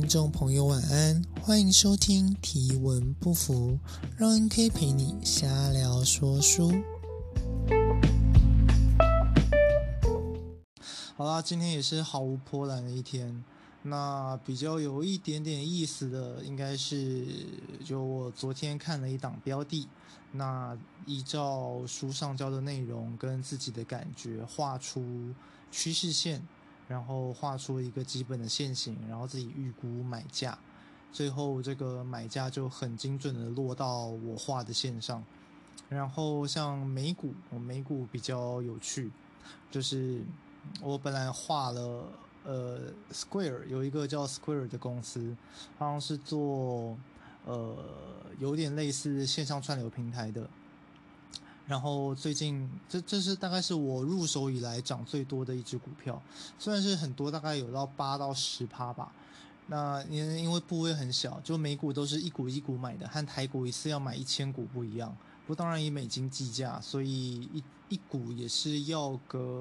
众朋友晚安，欢迎收听提文不符，让 NK 陪你瞎聊说书。好啦，今天也是毫无波澜的一天。那比较有一点点意思的，应该是就我昨天看了一档标的，那依照书上教的内容跟自己的感觉画出趋势线，然后画出一个基本的线型，然后自己预估买价，最后这个买价就很精准的落到我画的线上。然后像美股比较有趣，就是我本来画了Square 有一个叫 Square 的公司，好像是做有点类似线上串流平台的。然后最近这是大概是我入手以来涨最多的一只股票，虽然是很多，大概有到8%到10%吧。那因为部位很小，就美股都是一股一股买的，和台股一次要买1000股不一样。不过当然以美金计价，所以一股也是要个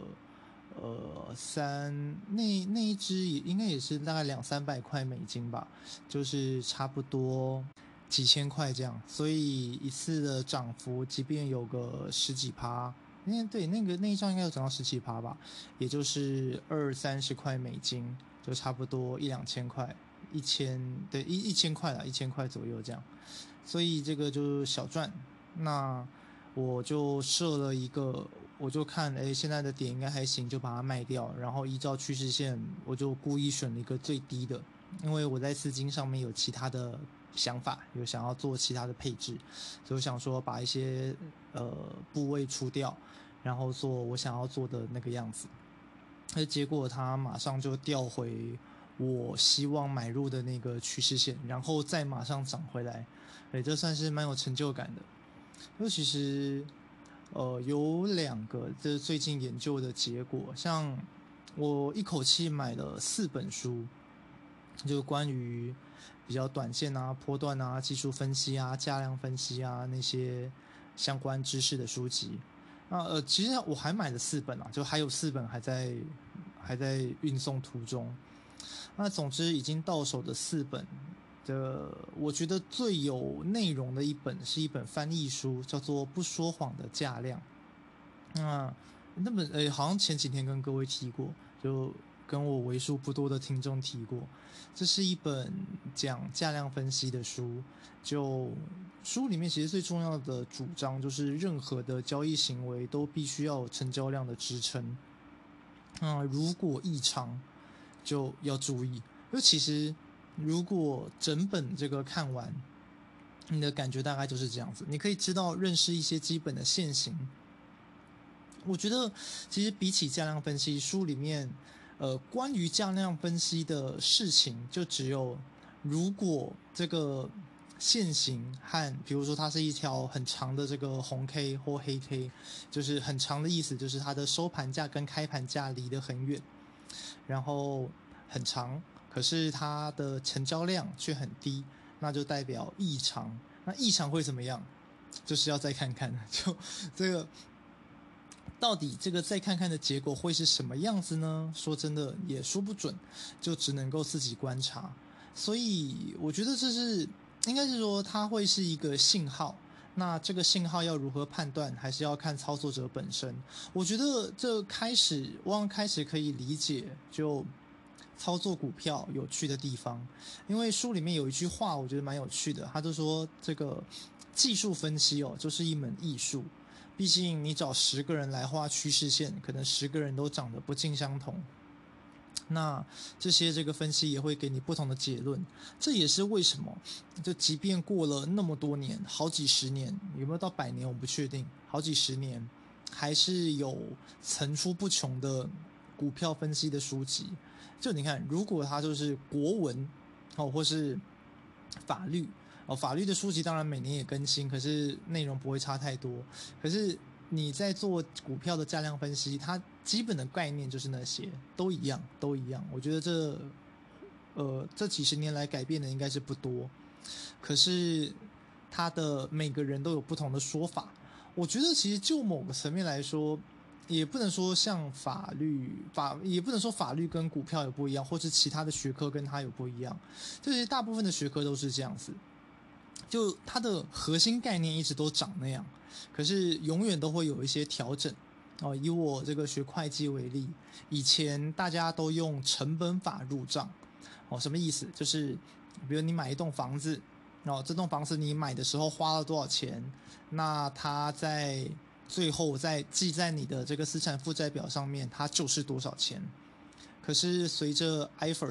那一只也应该也是大概200-300块美金吧，就是差不多几千块这样。所以一次的涨幅，即便有个10几%，对那一张应该有涨到10几%吧，也就是20-30块美金，就差不多1-2千块，1000块啦，1000块左右这样。所以这个就是小赚。那我就设了一个，我就看现在的点应该还行，就把它卖掉，然后依照趋势线，我就故意选了一个最低的，因为我在资金上面有其他的想法，有想要做其他的配置，所以我想说把一些部位出掉，然后做我想要做的那个样子。结果它马上就调回我希望买入的那个趋势线，然后再马上涨回来，这算是蛮有成就感的。因为其实有2个这最近研究的结果，像我一口气买了4本书，就关于比较短线啊、波段啊、技术分析啊、价量分析啊那些相关知识的书籍。那其实我还买了4本啊，就还有4本还在运送途中。那总之已经到手的4本的，我觉得最有内容的一本是一本翻译书，叫做《不说谎的价量》。那本好像前几天跟各位提过，就跟我为数不多的听众提过，这是一本讲价量分析的书。就书里面其实最重要的主张就是任何的交易行为都必须要有成交量的支撑。如果异常就要注意。就其实如果整本这个看完，你的感觉大概就是这样子，你可以认识一些基本的线型。我觉得其实比起价量分析，书里面关于价量分析的事情就只有，如果这个线型和比如说它是一条很长的这个红 K 或黑 K， 就是很长的意思就是它的收盘价跟开盘价离得很远，然后很长，可是它的成交量却很低，那就代表异常。那异常会怎么样？就是要再看看，就这个到底这个再看看的结果会是什么样子呢？说真的也说不准，就只能够自己观察。所以我觉得这是应该是说它会是一个信号，那这个信号要如何判断，还是要看操作者本身。我觉得我开始可以理解就操作股票有趣的地方，因为书里面有一句话我觉得蛮有趣的，他就说这个技术分析就是一门艺术。毕竟你找10个人来画趋势线，可能10个人都长得不尽相同，那这个分析也会给你不同的结论。这也是为什么就即便过了那么多年，好几十年，有没有到100年我不确定，好几十年还是有层出不穷的股票分析的书籍。就你看，如果它就是国文或是法律法律的书籍当然每年也更新，可是内容不会差太多。可是你在做股票的价量分析，它基本的概念就是那些都一样。我觉得这几十年来改变的应该是不多，可是它的每个人都有不同的说法。我觉得其实就某个层面来说， 也不能说像也不能说法律跟股票有不一样，或是其他的学科跟它有不一样，就是大部分的学科都是这样子，就它的核心概念一直都长那样，可是永远都会有一些调整。以我这个学会计为例，以前大家都用成本法入账，什么意思？就是比如你买一栋房子，这栋房子你买的时候花了多少钱，那它在最后再记在你的这个资产负债表上面，它就是多少钱。可是随着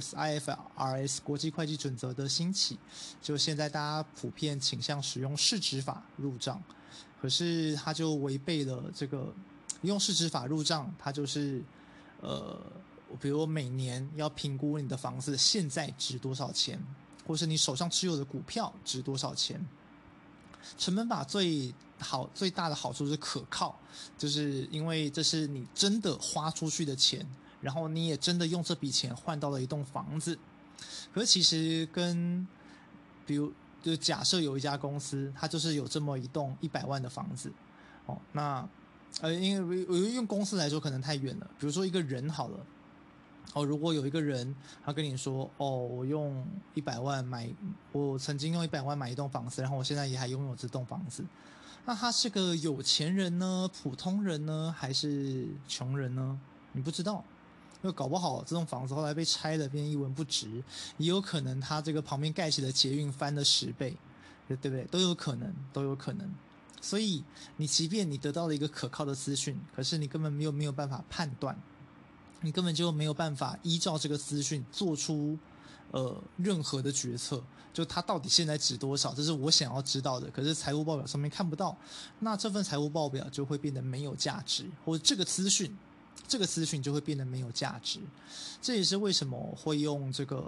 IFRS 国际会计准则的兴起，就现在大家普遍倾向使用市值法入账，可是它就违背了这个用市值法入账，它就是比如每年要评估你的房子现在值多少钱，或是你手上持有的股票值多少钱。成本法最大的好处是可靠，就是因为这是你真的花出去的钱，然后你也真的用这笔钱换到了一栋房子。可是其实比如就假设有一家公司，它就是有这么一栋100万的房子，那因为用公司来说可能太远了，比如说一个人好了。如果有一个人他跟你说，我用100万我曾经用100万买一栋房子，然后我现在也还拥有这栋房子，那他是个有钱人呢，普通人呢，还是穷人呢？你不知道，因为搞不好这栋房子后来被拆了，变一文不值，也有可能他这个旁边盖起的捷运翻了10倍，对不对？都有可能。所以你即便你得到了一个可靠的资讯，可是你根本没有办法判断。你根本就没有办法依照这个资讯做出任何的决策，就它到底现在值多少，这是我想要知道的，可是财务报表上面看不到，那这份财务报表就会变得没有价值，或者这个资讯就会变得没有价值。这也是为什么会用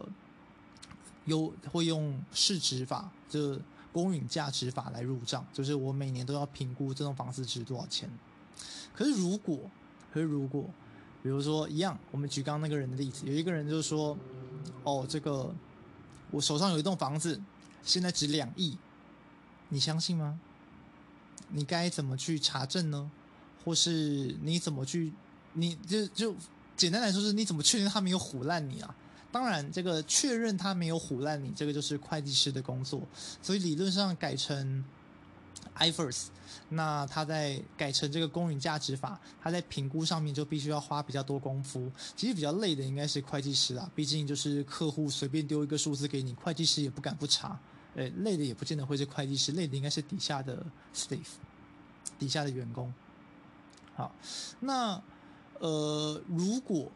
市值法，就是公允价值法来入账，就是我每年都要评估这栋房子值多少钱。可是如果比如说一样，我们举刚刚那个人的例子，有一个人就说，这个我手上有一栋房子，现在值2亿，你相信吗？你该怎么去查证呢？或是你怎么去，你就简单来说是你怎么确定他没有唬烂你啊？当然，这个确认他没有唬烂你，这个就是会计师的工作，所以理论上改成IFRS， 那它在改成这个公允价值法，它在评估上面就必须要花比较多功夫。其实比较累的应该是会计师啦，毕竟就是客户随便丢一个数字给你，会计师也不敢不查。累的也不见得会是会计师，累的应该是底下的 staff， 底下的员工。好，那如果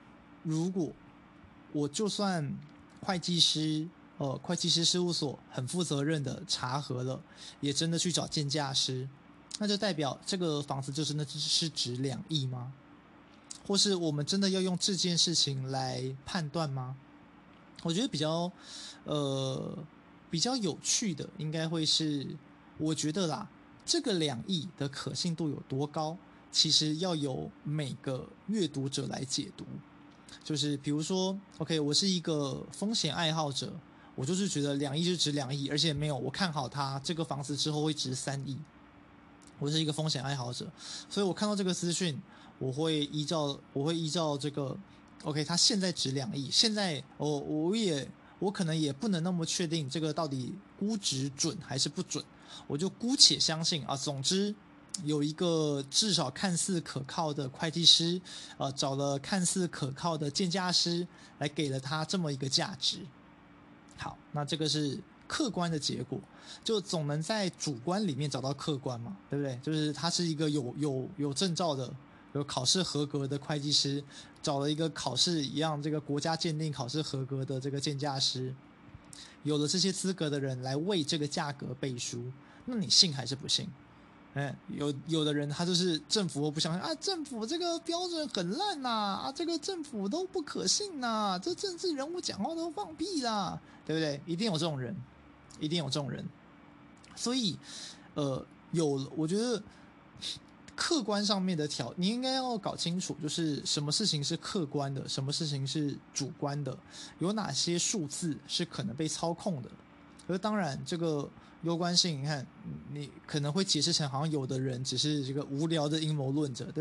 我就算会计师事务所很负责任的查核了，也真的去找鉴价师，那就代表这个房子就真的是值2亿吗？或是我们真的要用这件事情来判断吗？我觉得比较有趣的应该会是，我觉得啦，这个2亿的可信度有多高，其实要由每个阅读者来解读。就是比如说 OK， 我是一个风险爱好者，我就是觉得2亿就值2亿，而且没有，我看好它这个房子之后会值3亿。我是一个风险爱好者，所以我看到这个资讯，我会依照这个 OK， 它现在值2亿，现在我可能也不能那么确定这个到底估值准还是不准，我就姑且相信啊。总之有一个至少看似可靠的会计师，找了看似可靠的鉴价师来给了他这么一个价值。好，那这个是客观的结果，就总能在主观里面找到客观嘛，对不对？就是他是一个有证照的、有考试合格的会计师，找了一个考试一样这个国家鉴定考试合格的这个鉴价师，有了这些资格的人来为这个价格背书，那你信还是不信？有的人他就是政府不相信啊，政府这个标准很烂呐，这个政府都不可信呐，这政治人物讲话都放屁啦，对不对？一定有这种人。所以我觉得客观上面的你应该要搞清楚，就是什么事情是客观的，什么事情是主观的，有哪些数字是可能被操控的。而当然这个攸关性，你看你可能会解释成好像有的人只是这个无聊的阴谋论者，对不对？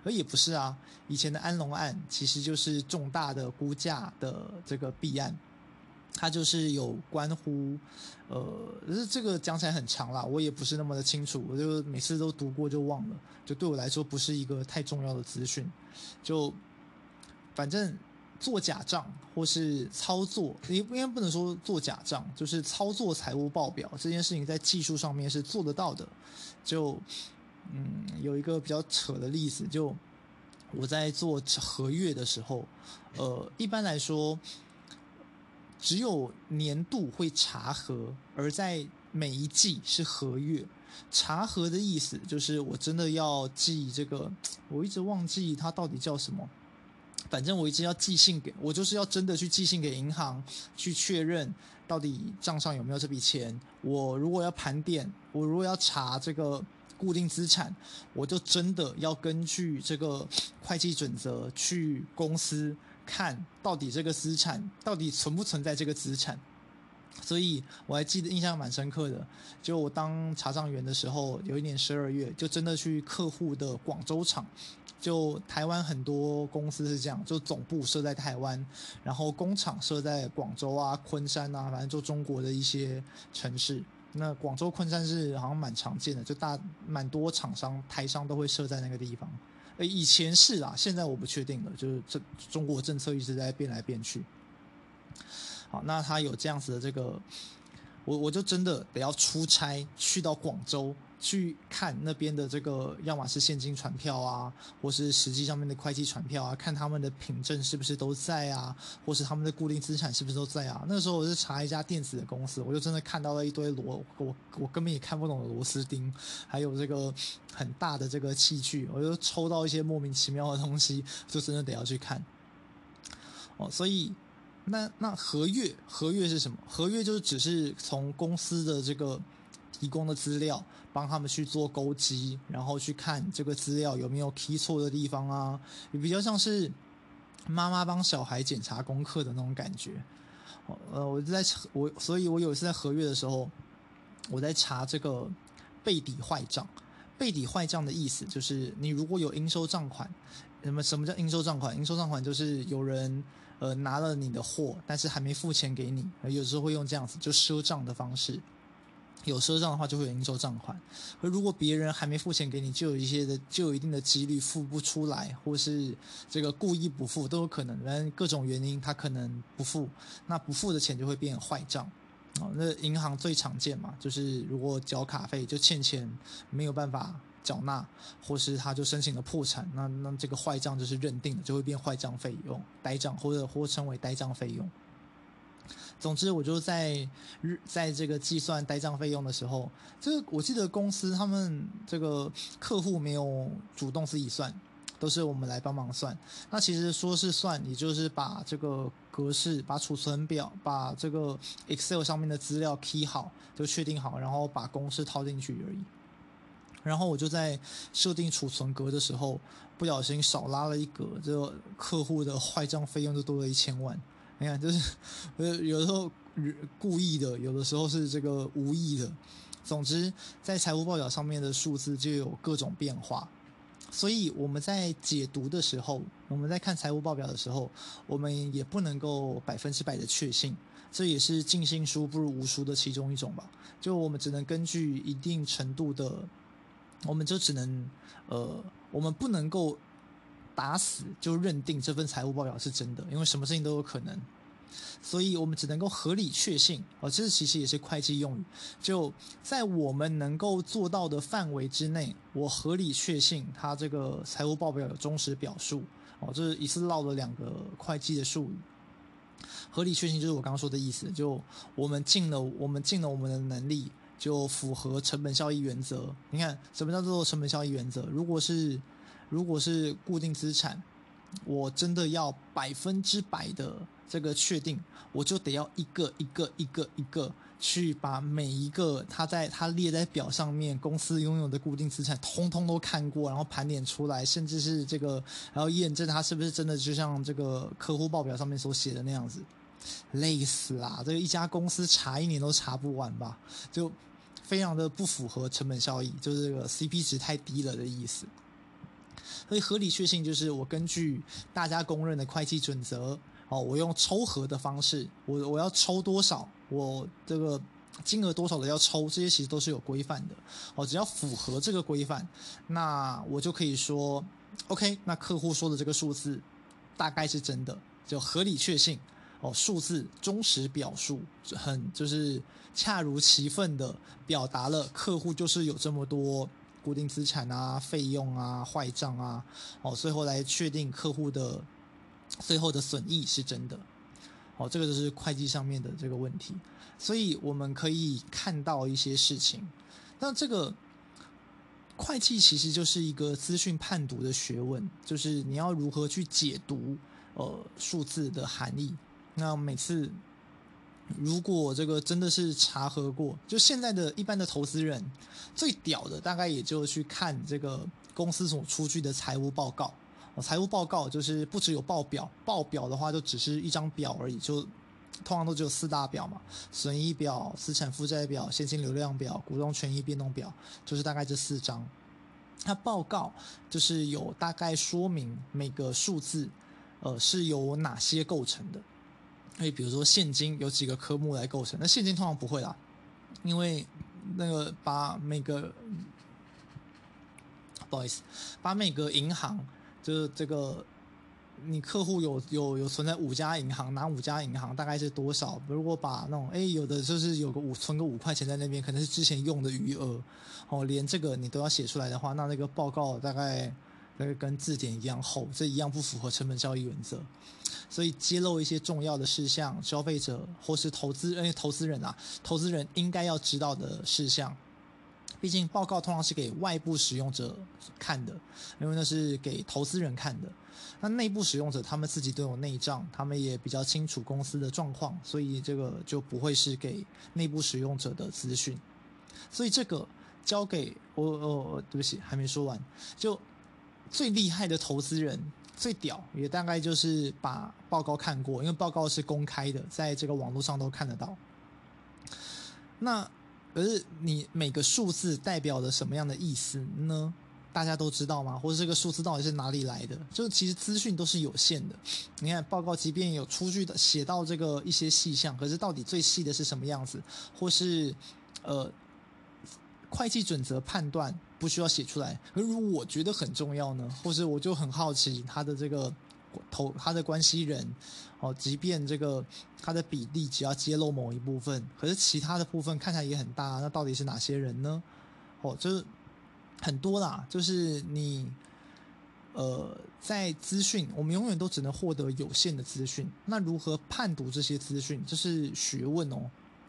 而也不是啊，以前的安龙案其实就是重大的估价的这个弊案，它就是有关乎，这个讲起来很长啦，我也不是那么的清楚，我就每次都读过就忘了，就对我来说不是一个太重要的资讯，就反正做假账或是操作，应该不能说做假账，就是操作财务报表这件事情在技术上面是做得到的，就有一个比较扯的例子，就我在做合约的时候，一般来说，只有年度会查核，而在每一季是合约。查核的意思就是我真的要记这个，我一直忘记它到底叫什么。反正我一直要寄信给，我就是要真的去寄信给银行，去确认到底账上有没有这笔钱。我如果要盘点，我如果要查这个固定资产，我就真的要根据这个会计准则去公司看到底这个资产到底存不存在这个资产。所以我还记得印象蛮深刻的，就我当查账员的时候，有一年12月，就真的去客户的广州厂。就台湾很多公司是这样，就总部设在台湾，然后工厂设在广州啊、昆山啊，反正就中国的一些城市。那广州、昆山是好像蛮常见的，就蛮多厂商、台商都会设在那个地方。以前是啦，现在我不确定了，就是中国政策一直在变来变去。好，那他有这样子的这个，我就真的得要出差去到广州去看那边的这个，要么是现金传票啊，或是实际上面的会计传票啊，看他们的凭证是不是都在啊，或是他们的固定资产是不是都在啊。那个时候我是查一家电子的公司，我就真的看到了一堆我根本也看不懂的螺丝钉，还有这个很大的这个器具，我就抽到一些莫名其妙的东西，就真的得要去看。所以。那合约是什么？合约就是只是从公司的这个提供的资料，帮他们去做勾稽，然后去看这个资料有没有 key 错的地方啊，也比较像是妈妈帮小孩检查功课的那种感觉。所以我有一次在合约的时候，我在查这个背抵坏账。背抵坏账的意思就是，你如果有应收账款，什么叫应收账款？应收账款就是有人拿了你的货，但是还没付钱给你，有时候会用这样子就赊账的方式。有赊账的话，就会有应收账款。而如果别人还没付钱给你，就有一定的几率付不出来，或是这个故意不付都有可能。但各种原因，他可能不付，那不付的钱就会变坏账。那银行最常见嘛，就是如果缴卡费就欠钱没有办法缴纳，或是他就申请了破产，那这个坏账就是认定的，就会变坏账费用、呆账或称为呆账费用。总之，我就在这个计算呆账费用的时候，这个我记得公司他们这个客户没有主动自己算，都是我们来帮忙算。那其实说是算，也就是把这个格式、把储存表、把这个 Excel 上面的资料 key 好，就确定好，然后把公式套进去而已。然后我就在设定储存格的时候，不小心少拉了一格，这个客户的坏账费用就多了1000万。你看，就是有的时候故意的，有的时候是这个无意的。总之，在财务报表上面的数字就有各种变化，所以我们在解读的时候，我们在看财务报表的时候，我们也不能够100%的确信，这也是尽信书不如无书的其中一种吧。就我们只能根据一定程度的，我们就只能我们不能够打死就认定这份财务报表是真的，因为什么事情都有可能。所以我们只能够合理确信，这其实也是会计用语，就在我们能够做到的范围之内，我合理确信它这个财务报表有忠实表述。这是一次唠了2个会计的术语。合理确信就是我刚刚说的意思，就我们尽了我们的能力，就符合成本效益原则。你看什么叫做成本效益原则？如果是固定资产，我真的要100%的这个确定，我就得要一个去把每一个它列在表上面公司拥有的固定资产通通都看过，然后盘点出来，甚至是这个还要验证它是不是真的就像这个客户报表上面所写的那样子。累死啦，这个一家公司查1年都查不完吧，就非常的不符合成本效益，就是这个 CP 值太低了的意思。 所以合理确信就是我根据大家公认的会计准则，我用抽核的方式，我要抽多少，我这个金额多少的要抽，这些其实都是有规范的。只要符合这个规范，那我就可以说 OK， 那客户说的这个数字大概是真的，就合理确信。数字忠实表述，就是恰如其分的表达了客户就是有这么多固定资产啊、费用啊、坏账啊，最后来确定客户的最后的损益是真的。这个就是会计上面的这个问题，所以我们可以看到一些事情。那这个会计其实就是一个资讯判读的学问，就是你要如何去解读数字的含义。那每次如果这个真的是查核过，就现在的一般的投资人最屌的大概也就去看这个公司所出具的财务报告。财务报告就是不只有报表，报表的话就只是一张表而已，就通常都只有4大表嘛，损益表、资产负债表、现金流量表、股东权益变动表，就是大概这4张。它报告就是有大概说明每个数字是由哪些构成的。所以比如说现金有几个科目来构成，那现金通常不会啦，因为那个把每个银行，就是这个你客户有存在5家银行，哪5家银行大概是多少？如果把那种有的就是存个5块钱在那边，可能是之前用的余额，连这个你都要写出来的话，那个报告大概跟字典一样厚，这一样不符合成本效益原则。所以揭露一些重要的事项，消费者或是投资人应该要知道的事项。毕竟报告通常是给外部使用者看的，因为那是给投资人看的。那内部使用者他们自己都有内账，他们也比较清楚公司的状况，所以这个就不会是给内部使用者的资讯。所以这个交给对不起，还没说完。就最厉害的投资人最屌，也大概就是把报告看过，因为报告是公开的，在这个网络上都看得到。那可是你每个数字代表了什么样的意思呢？大家都知道吗？或者这个数字到底是哪里来的？就其实资讯都是有限的。你看报告即便有出具的写到这个一些细项，可是到底最细的是什么样子，或是会计准则判断不需要写出来，可是如果我觉得很重要呢，或是我就很好奇他的这个他的关系人，即便这个他的比例只要揭露某一部分，可是其他的部分看起来也很大，那到底是哪些人呢？就是很多啦，就是你在资讯，我们永远都只能获得有限的资讯，那如何判读这些资讯，这是学问哦。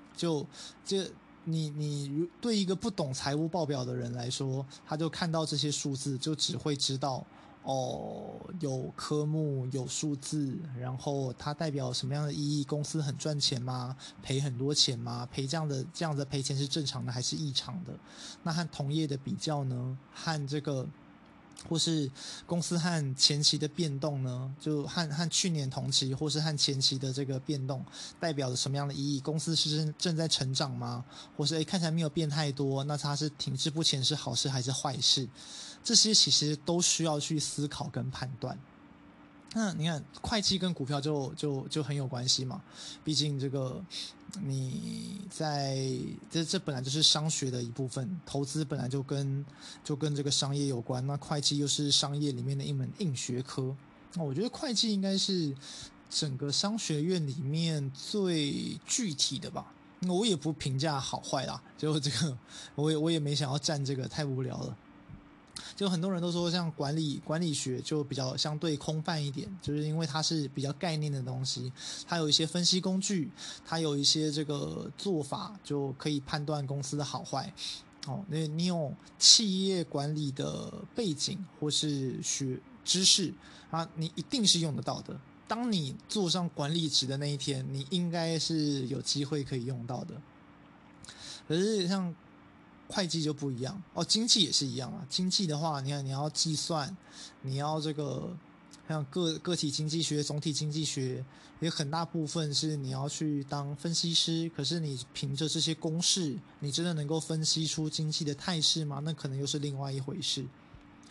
你对一个不懂财务报表的人来说，他就看到这些数字，就只会知道有科目有数字，然后它代表什么样的意义？公司很赚钱吗？赔很多钱吗？这样的赔钱是正常的还是异常的？那和同业的比较呢？和这个或是公司和前期的变动呢？就和去年同期或是和前期的这个变动代表了什么样的意义？公司是正在成长吗？或是看起来没有变太多，那它是停滞不前是好事还是坏事？这些其实都需要去思考跟判断。那你看会计跟股票就很有关系嘛，毕竟这个你在这本来就是商学的一部分，投资本来就跟这个商业有关，那会计又是商业里面的一门硬学科。那我觉得会计应该是整个商学院里面最具体的吧。我也不评价好坏啦，就这个我也没想要站这个，太无聊了。就很多人都说像管理学就比较相对空泛一点，就是因为它是比较概念的东西，它有一些分析工具，它有一些这个做法就可以判断公司的好坏。你有企业管理的背景或是学知识啊，你一定是用得到的。当你坐上管理职的那一天，你应该是有机会可以用到的。可是像会计就不一样经济也是一样啊。经济的话，你看你要计算，你要这个像个体经济学、总体经济学，有很大部分是你要去当分析师。可是你凭着这些公式，你真的能够分析出经济的态势吗？那可能又是另外一回事。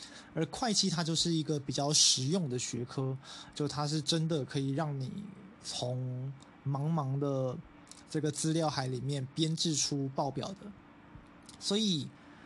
而会计它就是一个比较实用的学科，就它是真的可以让你从茫茫的这个资料海里面编制出报表的。所以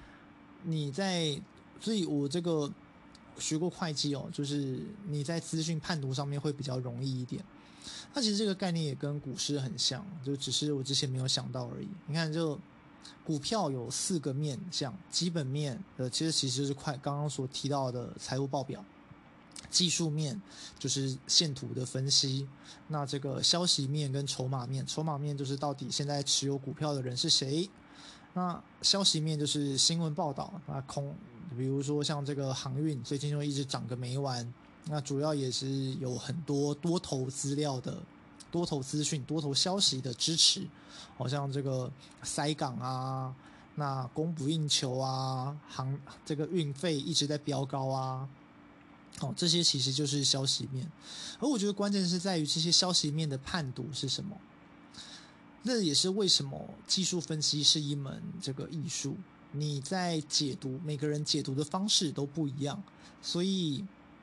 我这个学过会计哦，就是你在资讯判读上面会比较容易一点。那其实这个概念也跟股市很像，就只是我之前没有想到而已。你看，就股票有4个面向，基本面其实就是刚刚所提到的财务报表。技术面就是线图的分析，那这个消息面跟筹码面，筹码面就是到底现在持有股票的人是谁，那消息面就是新闻报道，比如说像这个航运最近就一直涨个没完，那主要也是有很多多头资料的多头资讯、多头消息的支持，好像这个塞港啊，那供不应求啊，这个运费一直在飙高啊。这些其实就是消息面，而我觉得关键是在于这些消息面的判读是什么。那也是为什么技术分析是一门这个艺术，你在解读，每个人解读的方式都不一样，所以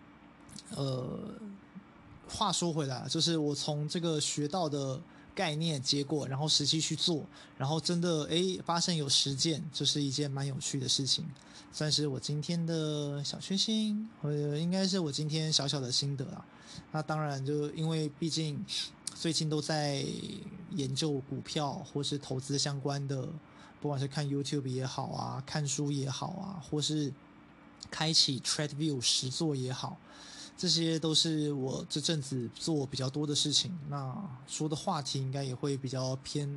话说回来，就是我从这个学到的概念结果，然后实际去做，然后真的发现有实践，这是一件蛮有趣的事情，算是我今天的小确幸，或者应该是我今天小小的心得啦。那当然就因为毕竟最近都在研究股票或是投资相关的，不管是看 YouTube 也好啊，看书也好啊，或是开启 TradView 实作也好，这些都是我这阵子做比较多的事情。那说的话题应该也会比较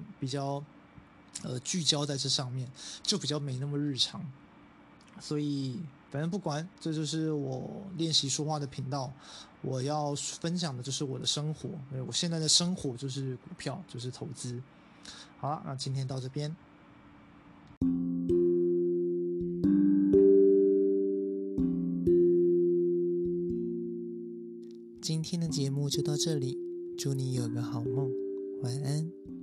聚焦在这上面，就比较没那么日常。所以反正不管，这就是我练习说话的频道。我要分享的就是我的生活，我现在的生活就是股票，就是投资。好了，那今天到这边。今天的节目就到这里，祝你有个好梦，晚安。